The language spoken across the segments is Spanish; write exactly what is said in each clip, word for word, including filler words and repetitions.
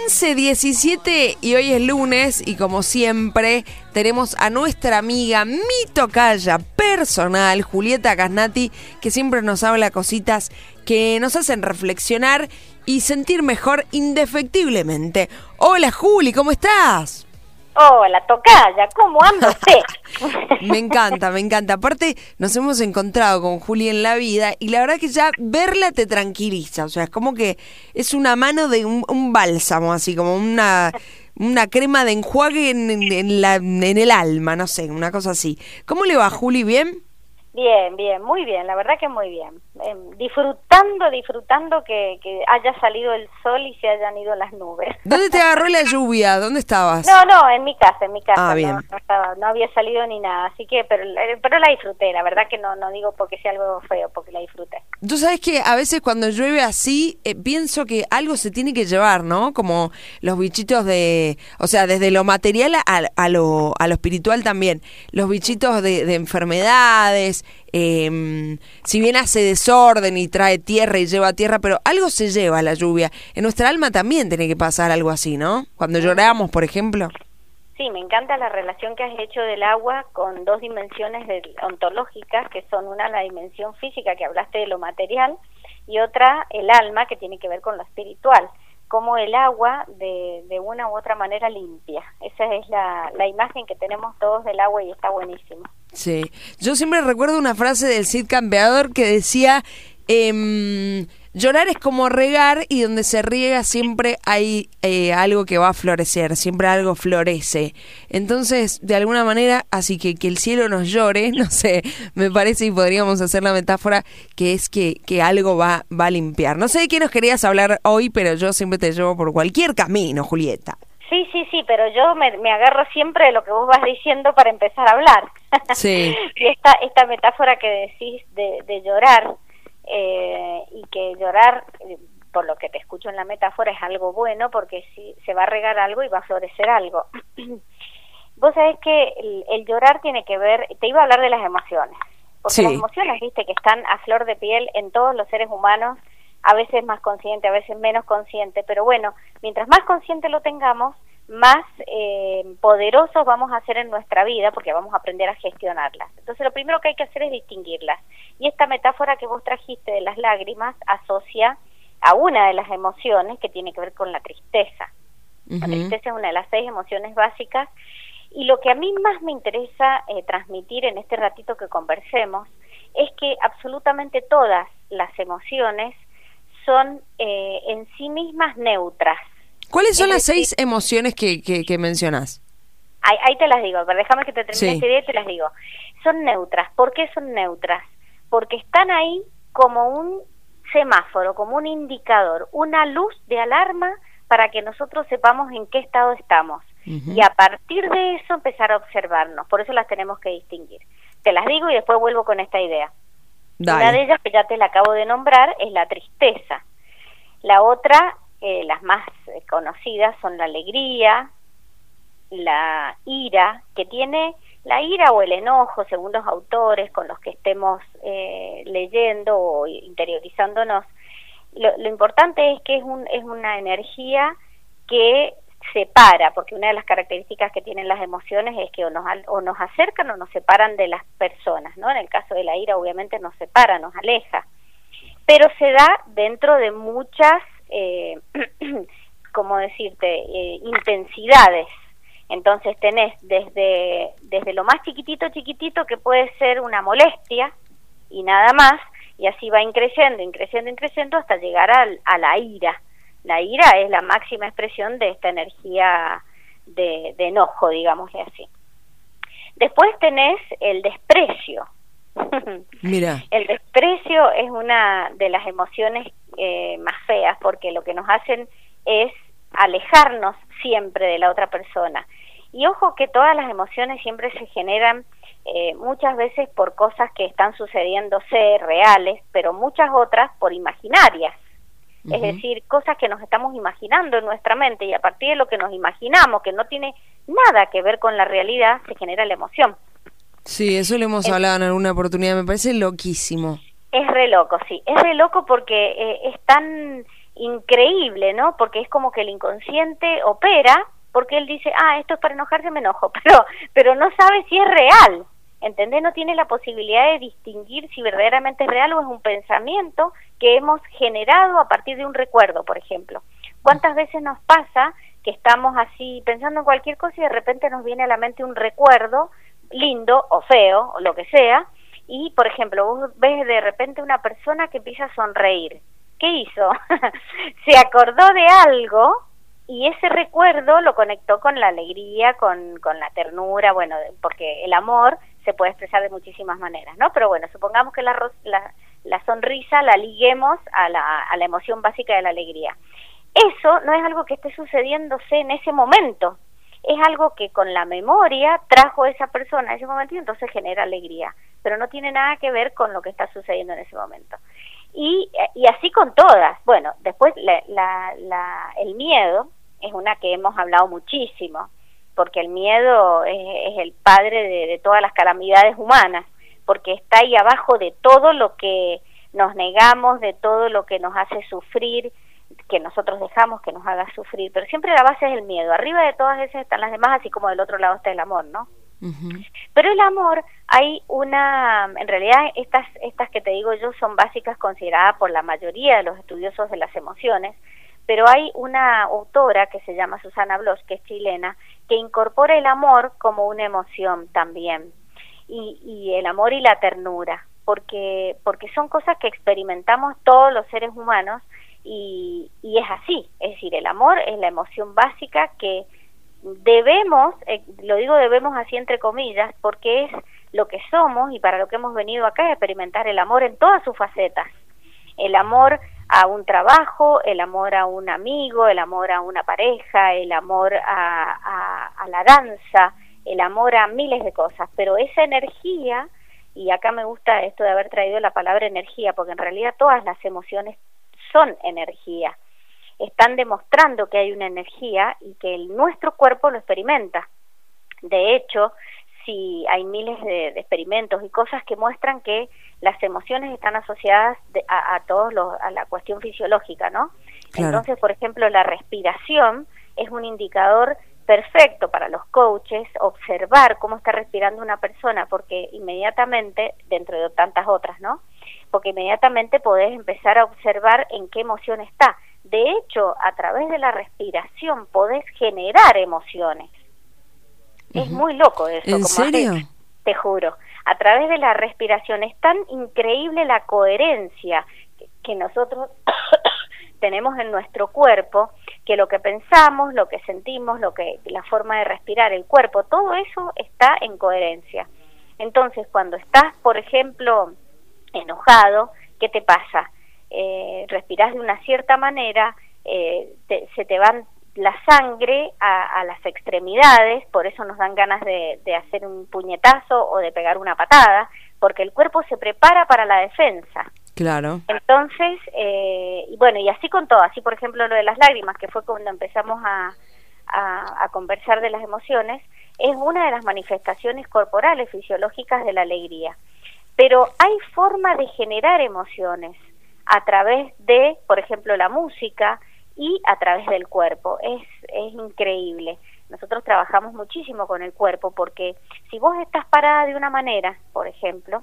once diecisiete y hoy es lunes y como siempre tenemos a nuestra amiga, mi tocaya personal, Julieta Casnati, que siempre nos habla cositas que nos hacen reflexionar y sentir mejor indefectiblemente. Hola Juli, ¿cómo estás? Hola, tocaya, ¿cómo anda usted? Me encanta, me encanta. Aparte, nos hemos encontrado con Juli en la vida y la verdad que ya verla te tranquiliza. O sea, es como que es una mano de un, un bálsamo, así como una, una crema de enjuague en, en, la, en el alma, no sé, una cosa así. ¿Cómo le va, Juli? ¿Bien? Bien, bien, muy bien, la verdad que muy bien. Eh, disfrutando, disfrutando que, que haya salido el sol y se hayan ido las nubes. ¿Dónde te agarró la lluvia? ¿Dónde estabas? No, no, en mi casa, en mi casa. Ah, bien. No, no, estaba, no había salido ni nada, así que, pero, pero la disfruté, la verdad que no, no digo porque sea algo feo, porque la disfruté. Tú sabes que a veces cuando llueve así, eh, pienso que algo se tiene que llevar, ¿no? Como los bichitos de, o sea, desde lo material a, a, lo, a lo espiritual también. Los bichitos de, de enfermedades. Eh, si bien hace desorden y trae tierra y lleva tierra, pero algo se lleva la lluvia. En nuestra alma también tiene que pasar algo así, ¿no? Cuando lloramos, por ejemplo. Sí, me encanta la relación que has hecho del agua con dos dimensiones de, ontológicas, que son una la dimensión física, que hablaste de lo material, y otra el alma, que tiene que ver con lo espiritual. Como el agua de, de una u otra manera limpia. Esa es la, la imagen que tenemos todos del agua y está buenísimo. Sí, yo siempre recuerdo una frase del Cid Campeador que decía, eh, llorar es como regar y donde se riega siempre hay eh, algo que va a florecer, siempre algo florece. Entonces, de alguna manera, así que que el cielo nos llore, no sé, me parece y podríamos hacer la metáfora que es que, que algo va, va a limpiar. No sé de qué nos querías hablar hoy, pero yo siempre te llevo por cualquier camino, Julieta. Sí, sí, sí, pero yo me, me agarro siempre de lo que vos vas diciendo para empezar a hablar. Sí. Y esta, esta metáfora que decís de, de llorar, eh, y que llorar, eh, por lo que te escucho en la metáfora, es algo bueno, porque si se va a regar algo y va a florecer algo. Vos sabés que el, el llorar tiene que ver, te iba a hablar de las emociones, porque sí. Las emociones, viste, que están a flor de piel en todos los seres humanos, a veces más consciente, a veces menos consciente, pero bueno, mientras más consciente lo tengamos, más eh, poderosos vamos a ser en nuestra vida, porque vamos a aprender a gestionarlas. Entonces lo primero que hay que hacer es distinguirlas. Y esta metáfora que vos trajiste de las lágrimas asocia a una de las emociones que tiene que ver con la tristeza. Uh-huh. La tristeza es una de las seis emociones básicas, y lo que a mí más me interesa eh, transmitir en este ratito que conversemos es que absolutamente todas las emociones son eh, en sí mismas neutras. ¿Cuáles son es las decir, seis emociones que, que, que mencionás? Ahí, ahí te las digo, pero déjame que te termine sí. esta idea y te las digo. Son neutras. ¿Por qué son neutras? Porque están ahí como un semáforo, como un indicador, una luz de alarma para que nosotros sepamos en qué estado estamos. Uh-huh. Y a partir de eso empezar a observarnos. Por eso las tenemos que distinguir. Te las digo y después vuelvo con esta idea. Dale. Una de ellas, que ya te la acabo de nombrar, es la tristeza. La otra, eh, las más eh, conocidas, son la alegría, la ira, que tiene la ira o el enojo, según los autores con los que estemos eh, leyendo o interiorizándonos. Lo, lo importante es que es, un, es una energía que separa, porque una de las características que tienen las emociones es que o nos, o nos acercan o nos separan de las personas, ¿no? En el caso de la ira, obviamente nos separa, nos aleja, pero se da dentro de muchas, eh, ¿cómo decirte?, eh, intensidades. Entonces tenés desde, desde lo más chiquitito, chiquitito, que puede ser una molestia y nada más, y así va increciendo, increciendo, increciendo hasta llegar al, a la ira. La ira es la máxima expresión de esta energía de, de enojo, digámosle así. Después tenés el desprecio. Mira. El desprecio es una de las emociones eh, más feas, porque lo que nos hacen es alejarnos siempre de la otra persona. Y ojo que todas las emociones siempre se generan eh, muchas veces por cosas que están sucediéndose reales, pero muchas otras por imaginarias. Es decir, cosas que nos estamos imaginando en nuestra mente, y a partir de lo que nos imaginamos, que no tiene nada que ver con la realidad, se genera la emoción. Sí, eso lo hemos es, hablado en alguna oportunidad, me parece loquísimo. Es re loco, sí, es re loco porque eh, es tan increíble, ¿no? Porque es como que el inconsciente opera, porque él dice, ah, esto es para enojarse, me enojo, pero, pero no sabe si es real, ¿entendés? No tiene la posibilidad de distinguir si verdaderamente es real o es un pensamiento que hemos generado a partir de un recuerdo, por ejemplo. ¿Cuántas veces nos pasa que estamos así pensando en cualquier cosa y de repente nos viene a la mente un recuerdo lindo o feo, o lo que sea, y, por ejemplo, vos ves de repente una persona que empieza a sonreír? ¿Qué hizo? Se acordó de algo y ese recuerdo lo conectó con la alegría, con, con la ternura, bueno, porque el amor se puede expresar de muchísimas maneras, ¿no? Pero bueno, supongamos que la, la, la sonrisa la liguemos a la, a la emoción básica de la alegría. Eso no es algo que esté sucediéndose en ese momento, es algo que con la memoria trajo esa persona a ese momento y entonces genera alegría, pero no tiene nada que ver con lo que está sucediendo en ese momento. Y, y así con todas. Bueno, después la, la, la, el miedo es una que hemos hablado muchísimo, porque el miedo es, es el padre de, de todas las calamidades humanas, porque está ahí abajo de todo lo que nos negamos, de todo lo que nos hace sufrir, que nosotros dejamos que nos haga sufrir, pero siempre la base es el miedo. Arriba de todas esas están las demás, así como del otro lado está el amor, ¿no? Uh-huh. Pero el amor, hay una, en realidad estas, estas que te digo yo son básicas consideradas por la mayoría de los estudiosos de las emociones, pero hay una autora que se llama Susana Bloch, que es chilena, que incorpora el amor como una emoción también, y, y el amor y la ternura, porque, porque son cosas que experimentamos todos los seres humanos, y, y es así, es decir, el amor es la emoción básica que debemos, eh, lo digo debemos así entre comillas, porque es lo que somos y para lo que hemos venido acá a experimentar el amor en todas sus facetas. El amor a un trabajo, el amor a un amigo, el amor a una pareja, el amor a, a, a la danza, el amor a miles de cosas, pero esa energía, y acá me gusta esto de haber traído la palabra energía, porque en realidad todas las emociones son energía, están demostrando que hay una energía y que el, nuestro cuerpo lo experimenta. De hecho, si hay miles de, de experimentos y cosas que muestran que las emociones están asociadas de, a, a todos los, a la cuestión fisiológica, ¿no? Claro. Entonces, por ejemplo, la respiración es un indicador perfecto para los coaches, observar cómo está respirando una persona, porque inmediatamente, dentro de tantas otras, ¿no? Porque inmediatamente podés empezar a observar en qué emoción está. De hecho, a través de la respiración podés generar emociones. Uh-huh. Es muy loco eso. ¿En como serio? Hace, te juro. A través de la respiración es tan increíble la coherencia que, que nosotros tenemos en nuestro cuerpo, que lo que pensamos, lo que sentimos, lo que la forma de respirar, el cuerpo, todo eso está en coherencia. Entonces, cuando estás, por ejemplo, enojado, ¿qué te pasa? Eh, respirás de una cierta manera, eh, te, se te van la sangre a, a las extremidades, por eso nos dan ganas de, de hacer un puñetazo o de pegar una patada, porque el cuerpo se prepara para la defensa. Claro. Entonces, eh, y bueno, y así con todo, así por ejemplo lo de las lágrimas, que fue cuando empezamos a, a, a conversar de las emociones, es una de las manifestaciones corporales fisiológicas de la alegría. Pero hay forma de generar emociones a través de, por ejemplo, la música y a través del cuerpo. Es, es increíble. Nosotros trabajamos muchísimo con el cuerpo porque si vos estás parada de una manera, por ejemplo,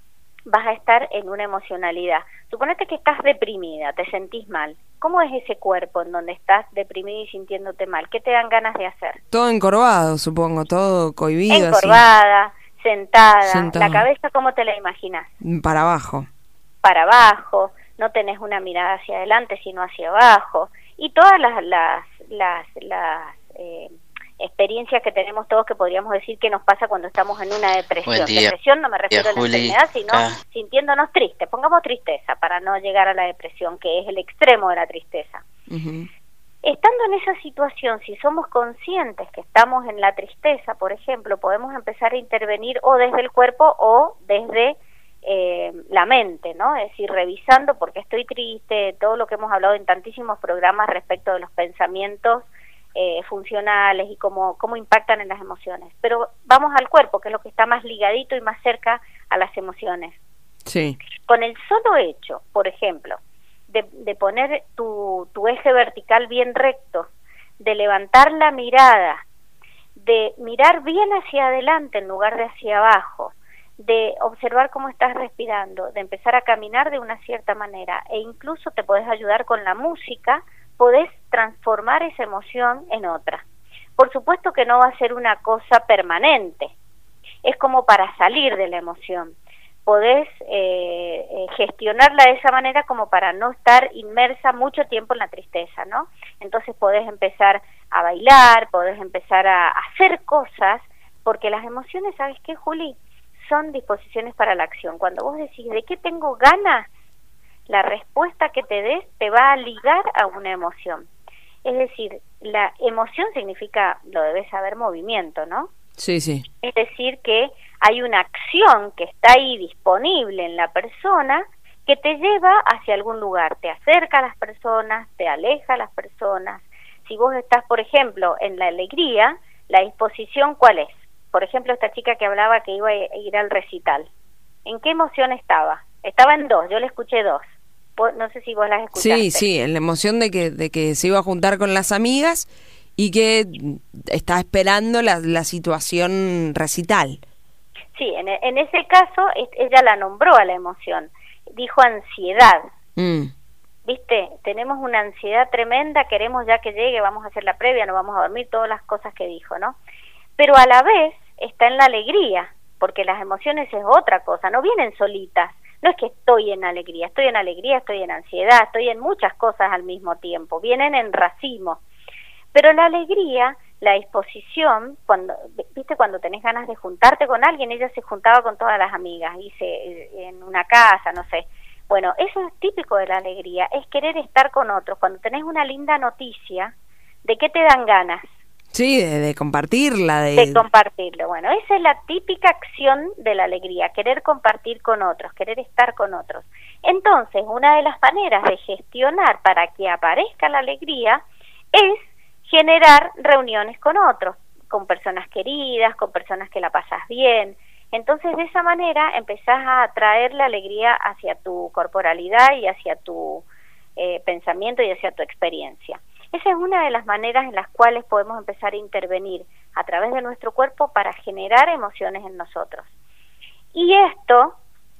vas a estar en una emocionalidad. Suponete que estás deprimida, te sentís mal. ¿Cómo es ese cuerpo en donde estás deprimido y sintiéndote mal? ¿Qué te dan ganas de hacer? Todo encorvado, supongo, todo cohibido. Encorvada, así. Sentada, Sentado. La cabeza, ¿cómo te la imaginas? Para abajo. Para abajo, no tenés una mirada hacia adelante, sino hacia abajo. Y todas las, las, las, las eh, experiencias que tenemos todos que podríamos decir que nos pasa cuando estamos en una depresión. Depresión no me refiero a la enfermedad, sino ah. sintiéndonos tristes. Pongamos tristeza para no llegar a la depresión, que es el extremo de la tristeza. Uh-huh. Estando en esa situación, si somos conscientes que estamos en la tristeza, por ejemplo, podemos empezar a intervenir o desde el cuerpo o desde eh, la mente, ¿no? Es decir, revisando por qué estoy triste, todo lo que hemos hablado en tantísimos programas respecto de los pensamientos eh, funcionales y cómo, cómo impactan en las emociones. Pero vamos al cuerpo, que es lo que está más ligadito y más cerca a las emociones. Sí. Con el solo hecho, por ejemplo, de, de poner tu, tu eje vertical bien recto, de levantar la mirada, de mirar bien hacia adelante en lugar de hacia abajo, de observar cómo estás respirando, de empezar a caminar de una cierta manera, e incluso te podés ayudar con la música, podés transformar esa emoción en otra. Por supuesto que no va a ser una cosa permanente, es como para salir de la emoción. Podés eh, eh, gestionarla de esa manera como para no estar inmersa mucho tiempo en la tristeza, ¿no? Entonces podés empezar a bailar, podés empezar a hacer cosas, porque las emociones, ¿sabes qué, Juli? Son disposiciones para la acción. Cuando vos decís, ¿de qué tengo ganas? La respuesta que te des te va a ligar a una emoción. Es decir, la emoción significa, lo debes saber, movimiento, ¿no? Sí, sí. Es decir, que hay una acción que está ahí disponible en la persona que te lleva hacia algún lugar, te acerca a las personas, te aleja a las personas. Si vos estás, por ejemplo, en la alegría, la disposición, ¿cuál es? Por ejemplo, esta chica que hablaba que iba a ir al recital. ¿En qué emoción estaba? Estaba en dos, yo le escuché dos. No sé si vos las escuchaste. Sí, sí, en la emoción de que, de que se iba a juntar con las amigas y que está esperando la, la situación recital. Sí, en, en ese caso ella la nombró a la emoción, dijo ansiedad. Mm. ¿Viste? Tenemos una ansiedad tremenda, queremos ya que llegue, vamos a hacer la previa, no vamos a dormir, todas las cosas que dijo, ¿no? Pero a la vez está en la alegría, porque las emociones es otra cosa, no vienen solitas. No es que estoy en alegría, estoy en alegría, estoy en ansiedad, estoy en muchas cosas al mismo tiempo, vienen en racimo. Pero la alegría, la disposición, cuando, viste, cuando tenés ganas de juntarte con alguien, ella se juntaba con todas las amigas, dice, en una casa, no sé. Bueno, eso es típico de la alegría, es querer estar con otros. Cuando tenés una linda noticia, ¿de qué te dan ganas? Sí, de, de compartirla. De... de compartirlo. Bueno, esa es la típica acción de la alegría, querer compartir con otros, querer estar con otros. Entonces, una de las maneras de gestionar para que aparezca la alegría es generar reuniones con otros, con personas queridas, con personas que la pasas bien. Entonces, de esa manera empezás a atraer la alegría hacia tu corporalidad y hacia tu eh, pensamiento y hacia tu experiencia. Esa es una de las maneras en las cuales podemos empezar a intervenir a través de nuestro cuerpo para generar emociones en nosotros. Y esto,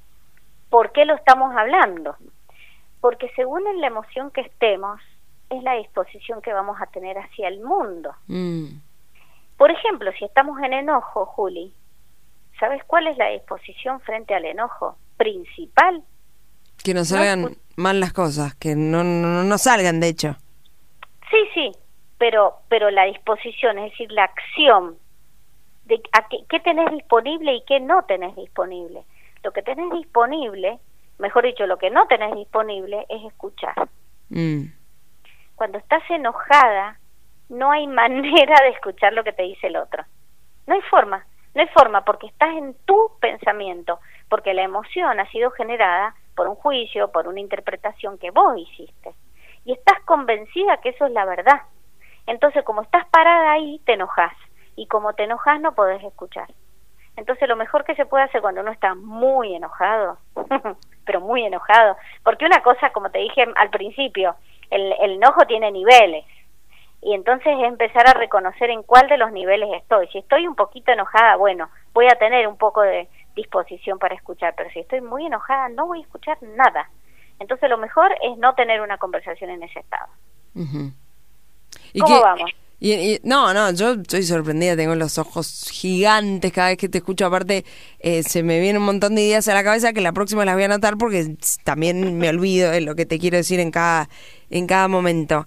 ¿por qué lo estamos hablando? Porque según en la emoción que estemos, es la disposición que vamos a tener hacia el mundo. Mm. Por ejemplo, si estamos en enojo, Juli, ¿sabes cuál es la disposición frente al enojo principal? Que no salgan no, mal las cosas, que no, no, no salgan, de hecho. Sí, sí, pero pero la disposición, es decir, la acción de a qué, qué tenés disponible y qué no tenés disponible. Lo que tenés disponible, mejor dicho, lo que no tenés disponible es escuchar. Mm. Cuando estás enojada, no hay manera de escuchar lo que te dice el otro. No hay forma, no hay forma, porque estás en tu pensamiento, porque la emoción ha sido generada por un juicio, por una interpretación que vos hiciste. Y estás convencida que eso es la verdad. Entonces, como estás parada ahí, te enojas. Y como te enojas, no podés escuchar. Entonces, lo mejor que se puede hacer cuando uno está muy enojado, pero muy enojado, porque una cosa, como te dije al principio, el, el enojo tiene niveles. Y entonces es empezar a reconocer en cuál de los niveles estoy. Si estoy un poquito enojada, bueno, voy a tener un poco de disposición para escuchar. Pero si estoy muy enojada, no voy a escuchar nada. Entonces lo mejor es no tener una conversación en ese estado. Uh-huh. ¿Y ¿Cómo qué, vamos? Y, y, no, no, yo estoy sorprendida, tengo los ojos gigantes cada vez que te escucho. Aparte, eh, se me vienen un montón de ideas a la cabeza que la próxima las voy a anotar porque también me olvido de lo que te quiero decir en cada, en cada momento.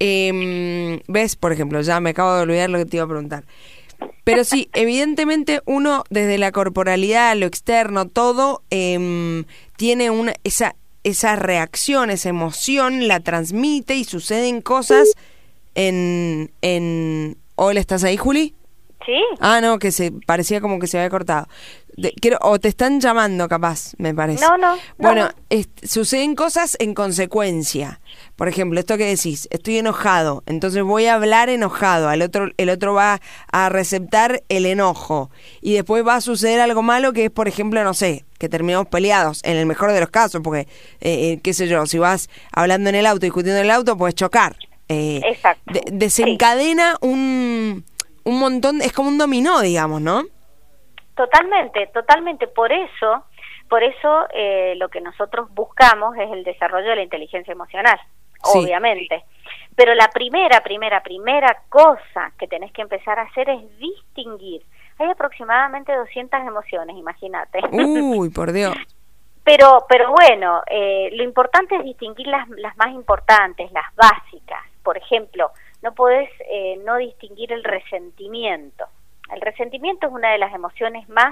Eh, ¿Ves? Por ejemplo, ya me acabo de olvidar lo que te iba a preguntar. Pero sí, evidentemente uno desde la corporalidad, lo externo, todo, eh, tiene una esa... esa reacción, esa emoción, la transmite y suceden cosas en... en... ¿Hola, estás ahí, Juli? Sí. Ah, no, que se parecía como que se había cortado. De, quiero, o te están llamando, capaz, me parece. No, no. Bueno, no. Es, suceden cosas en consecuencia. Por ejemplo, esto que decís, estoy enojado, entonces voy a hablar enojado, al otro, el otro va a receptar el enojo. Y después va a suceder algo malo que es, por ejemplo, no sé, que terminamos peleados, en el mejor de los casos, porque, eh, eh, qué sé yo, si vas hablando en el auto, discutiendo en el auto, puedes chocar. Eh, Exacto. De, desencadena sí. un, un montón, es como un dominó, digamos, ¿no? Totalmente, totalmente. Por eso, por eso eh, lo que nosotros buscamos es el desarrollo de la inteligencia emocional, sí. obviamente. Pero la primera, primera, primera cosa que tenés que empezar a hacer es distinguir. Hay aproximadamente doscientas emociones, imagínate. Uy, por Dios. Pero, pero bueno, eh, lo importante es distinguir las, las más importantes, las básicas. Por ejemplo, no podés eh, no distinguir el resentimiento. El resentimiento es una de las emociones más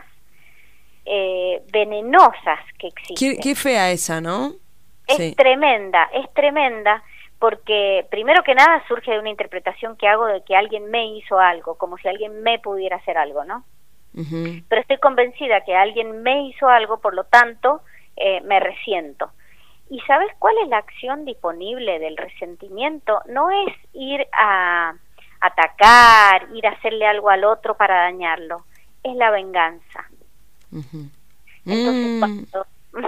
eh, venenosas que existen. Qué, qué fea esa, ¿no? Es sí. tremenda, es tremenda porque primero que nada surge de una interpretación que hago de que alguien me hizo algo, como si alguien me pudiera hacer algo, ¿no? Uh-huh. Pero estoy convencida que alguien me hizo algo, por lo tanto, eh, me resiento. ¿Y sabes cuál es la acción disponible del resentimiento? No es ir a atacar, ir a hacerle algo al otro para dañarlo, es la venganza. Uh-huh. Entonces, mm. cuando...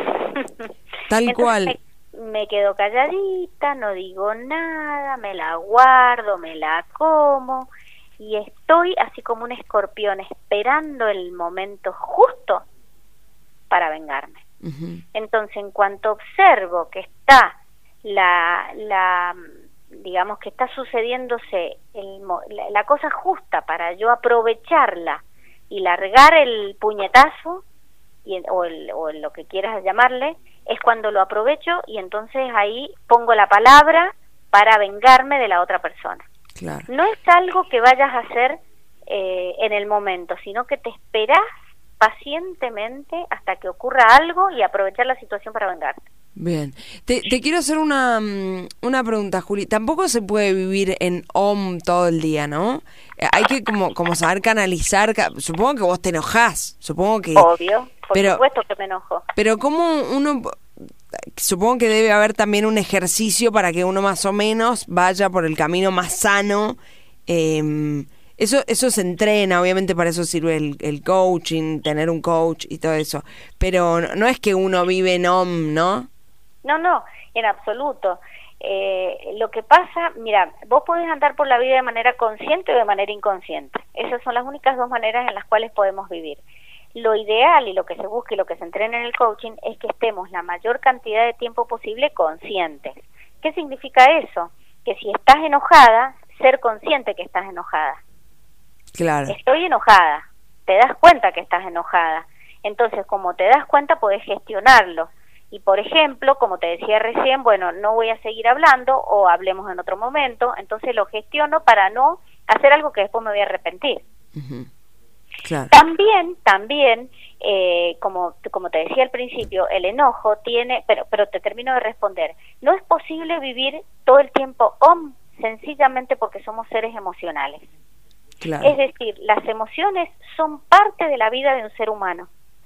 Tal Entonces, cual. Me, me quedo calladita, no digo nada, me la guardo, me la como y estoy así como un escorpión esperando el momento justo para vengarme. Uh-huh. Entonces, en cuanto observo que está la... la digamos que está sucediéndose el, la, la cosa justa para yo aprovecharla y largar el puñetazo y, o, el, o lo que quieras llamarle, es cuando lo aprovecho y entonces ahí pongo la palabra para vengarme de la otra persona. Claro. No es algo que vayas a hacer eh, en el momento, sino que te esperás pacientemente hasta que ocurra algo y aprovechar la situación para vengarte. Bien, te, te quiero hacer una, una pregunta, Juli. Tampoco se puede vivir en om todo el día, ¿no? Hay que como, como saber canalizar. Supongo que vos te enojás, supongo que... Obvio, por pero, supuesto que me enojo. Pero ¿cómo uno...? Supongo que debe haber también un ejercicio para que uno más o menos vaya por el camino más sano. Eh, eso eso se entrena, obviamente para eso sirve el, el coaching, tener un coach y todo eso. Pero no, no es que uno vive en om, ¿no? No, no, en absoluto. Eh, lo que pasa, mira, vos podés andar por la vida de manera consciente o de manera inconsciente. Esas son las únicas dos maneras en las cuales podemos vivir. Lo ideal y lo que se busca y lo que se entrena en el coaching es que estemos la mayor cantidad de tiempo posible conscientes. ¿Qué significa eso? Que si estás enojada, ser consciente que estás enojada. Claro. Estoy enojada, te das cuenta que estás enojada. Entonces, como te das cuenta, podés gestionarlo. Y por ejemplo, como te decía recién, bueno, no voy a seguir hablando o hablemos en otro momento, entonces lo gestiono para no hacer algo que después me voy a arrepentir. Uh-huh. Claro. También, también, eh, como, como te decía al principio, el enojo tiene, pero, pero te termino de responder, no es posible vivir todo el tiempo om, sencillamente porque somos seres emocionales. Claro. Es decir, las emociones son parte de la vida de un ser humano.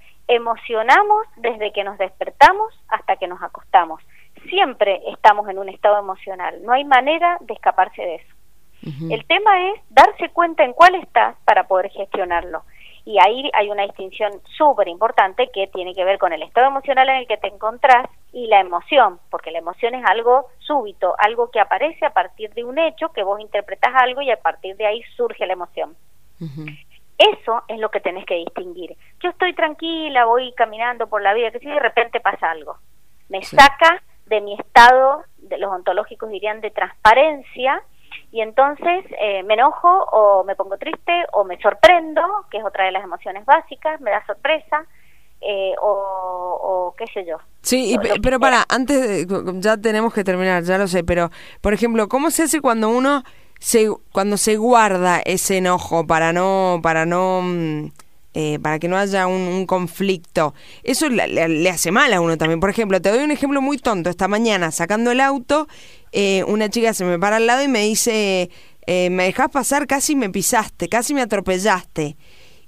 Emocionamos desde que nos despertamos hasta que nos acostamos. Siempre estamos en un estado emocional. No hay manera de escaparse de eso. Uh-huh. El tema es darse cuenta en cuál estás para poder gestionarlo. Y ahí hay una distinción súper importante que tiene que ver con el estado emocional en el que te encontrás y la emoción, porque la emoción es algo súbito, algo que aparece a partir de un hecho, que vos interpretás algo y a partir de ahí surge la emoción. Uh-huh. Eso es lo que tenés que distinguir. Yo estoy tranquila, voy caminando por la vida, que si de repente pasa algo, me sí. saca de mi estado, de los ontológicos dirían, de transparencia, y entonces eh, me enojo o me pongo triste o me sorprendo, que es otra de las emociones básicas, me da sorpresa, eh, o, o qué sé yo. Sí, y, pero para, antes, de, ya tenemos que terminar, ya lo sé, pero por ejemplo, ¿cómo se hace cuando uno... Se, cuando se guarda ese enojo para no para no eh, para que no haya un, un conflicto, eso le, le, le hace mal a uno también? Por ejemplo, te doy un ejemplo muy tonto. Esta mañana sacando el auto, eh, una chica se me para al lado y me dice, eh, me dejás pasar, casi me pisaste, casi me atropellaste.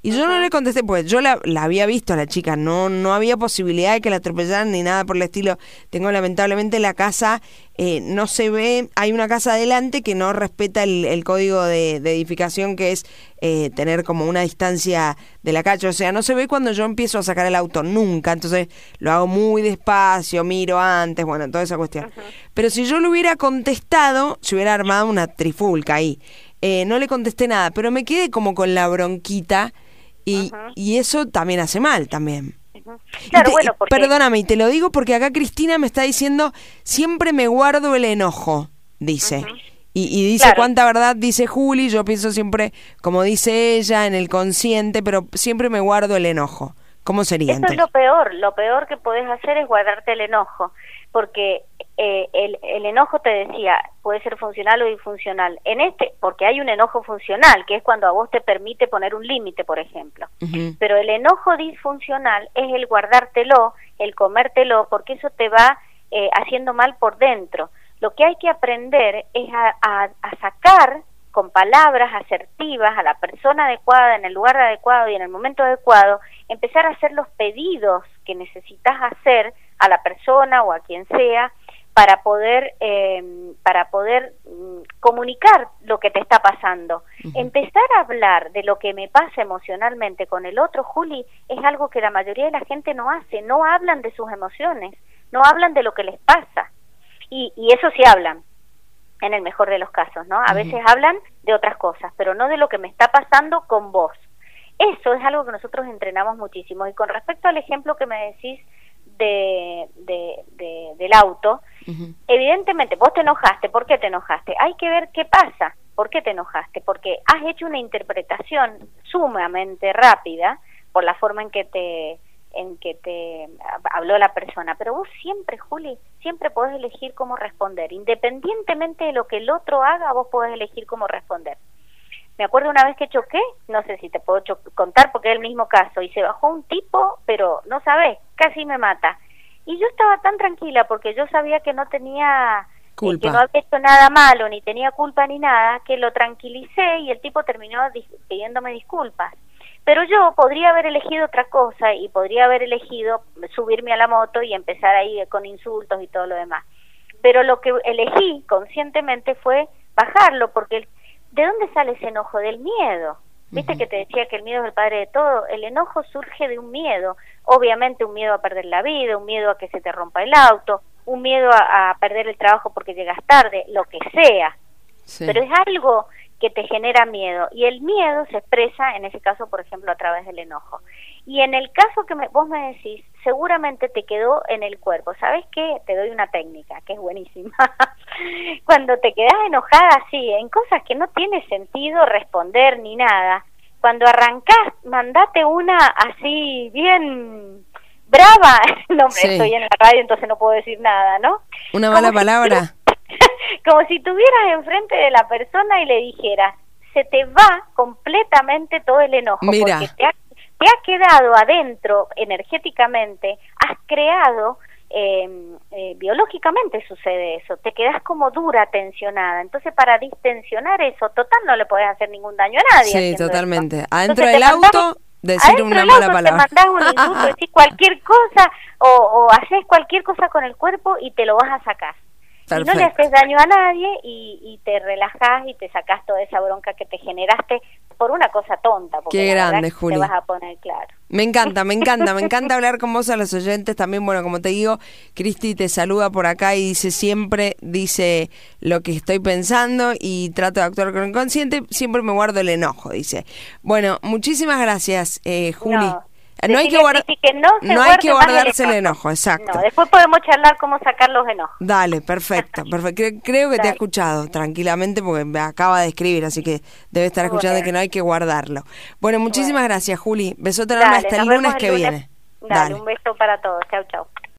Y yo no le contesté, pues yo la, la había visto a la chica, no no había posibilidad de que la atropellaran ni nada por el estilo. Tengo lamentablemente la casa, eh, no se ve, hay una casa adelante que no respeta el, el código de, de edificación, que es eh, tener como una distancia de la calle, o sea, no se ve cuando yo empiezo a sacar el auto, nunca, entonces lo hago muy despacio, miro antes, bueno, toda esa cuestión. Uh-huh. Pero si yo le hubiera contestado, se hubiera armado una trifulca ahí. Eh, no le contesté nada, pero me quedé como con la bronquita y, uh-huh. y eso también hace mal también. Uh-huh. Claro, te, bueno, porque... Perdóname, y te lo digo porque acá Cristina me está diciendo, siempre me guardo el enojo, dice. Uh-huh. Y, y dice, claro. Cuánta verdad dice Juli, yo pienso siempre, como dice ella, en el consciente, pero siempre me guardo el enojo. ¿Cómo sería Eso entonces? Es lo peor, lo peor que podés hacer es guardarte el enojo, porque eh, el, el enojo, te decía, puede ser funcional o disfuncional. En este, porque hay un enojo funcional, que es cuando a vos te permite poner un límite, por ejemplo. Uh-huh. Pero el enojo disfuncional es el guardártelo, el comértelo, porque eso te va eh, haciendo mal por dentro. Lo que hay que aprender es a, a, a sacar con palabras asertivas a la persona adecuada, en el lugar adecuado y en el momento adecuado, empezar a hacer los pedidos que necesitas hacer a la persona o a quien sea para poder eh, para poder mm, comunicar lo que te está pasando. Uh-huh. Empezar a hablar de lo que me pasa emocionalmente con el otro, Juli, es algo que la mayoría de la gente no hace. No hablan de sus emociones, no hablan de lo que les pasa. Y, y eso sí hablan, en el mejor de los casos, ¿no? A uh-huh. veces hablan de otras cosas, pero no de lo que me está pasando con vos. Eso es algo que nosotros entrenamos muchísimo. Y con respecto al ejemplo que me decís de, de, de del auto, uh-huh. evidentemente vos te enojaste. ¿Por qué te enojaste? Hay que ver qué pasa. ¿Por qué te enojaste? Porque has hecho una interpretación sumamente rápida por la forma en que te en que te habló la persona, pero vos siempre, Juli, siempre podés elegir cómo responder, independientemente de lo que el otro haga, vos podés elegir cómo responder. Me acuerdo una vez que choqué, no sé si te puedo cho- contar porque es el mismo caso, y se bajó un tipo, pero no sabés, casi me mata, y yo estaba tan tranquila porque yo sabía que no tenía culpa, eh, que no había hecho nada malo, ni tenía culpa ni nada, que lo tranquilicé y el tipo terminó dis- pidiéndome disculpas. Pero yo podría haber elegido otra cosa y podría haber elegido subirme a la moto y empezar ahí con insultos y todo lo demás. Pero lo que elegí conscientemente fue bajarlo, porque el, ¿de dónde sale ese enojo? Del miedo. ¿Viste uh-huh. que te decía que el miedo es el padre de todo? El enojo surge de un miedo. Obviamente un miedo a perder la vida, un miedo a que se te rompa el auto, un miedo a, a perder el trabajo porque llegas tarde, lo que sea. Sí. Pero es algo que te genera miedo, y el miedo se expresa, en ese caso, por ejemplo, a través del enojo. Y en el caso que me, vos me decís, seguramente te quedó en el cuerpo. ¿Sabes qué? Te doy una técnica, que es buenísima. Cuando te quedás enojada así, en cosas que no tiene sentido responder ni nada, cuando arrancás, mandate una así, bien brava. No, sí. Estoy en la radio, entonces no puedo decir nada, ¿no? Una mala Como palabra. Si Como si estuvieras enfrente de la persona y le dijeras, se te va completamente todo el enojo. Mira. Porque te ha, te ha quedado adentro energéticamente, has creado, eh, eh, biológicamente sucede eso, te quedas como dura, tensionada. Entonces, para distensionar eso, total, no le podés hacer ningún daño a nadie. Sí, totalmente. Eso. Adentro Entonces, del auto, decir una del mala auto palabra. Te mandás un insulto, decís cualquier cosa, o, o haces cualquier cosa con el cuerpo y te lo vas a sacar. Perfecto. Y no le haces daño a nadie y, y te relajás y te sacás toda esa bronca que te generaste por una cosa tonta. Porque Qué grande, Juli. Te vas a poner claro. Me encanta, me encanta, me encanta hablar con vos a los oyentes. También, bueno, como te digo, Cristi te saluda por acá y dice siempre, dice lo que estoy pensando y trato de actuar con el consciente, siempre me guardo el enojo, dice. Bueno, muchísimas gracias, eh, Juli. No. No hay que, guarda- que no, no hay que guardarse el enojo. el enojo, exacto. No, después podemos charlar cómo sacar los enojos. Dale, perfecto, perfecto. Creo, creo que Dale. te ha escuchado tranquilamente porque me acaba de escribir, así que debe estar escuchando Bueno. que no hay que guardarlo. Bueno, muchísimas bueno. gracias, Juli. Besote enorme hasta el lunes que lunes. viene. Dale, Dale, un beso para todos. Chau, chau.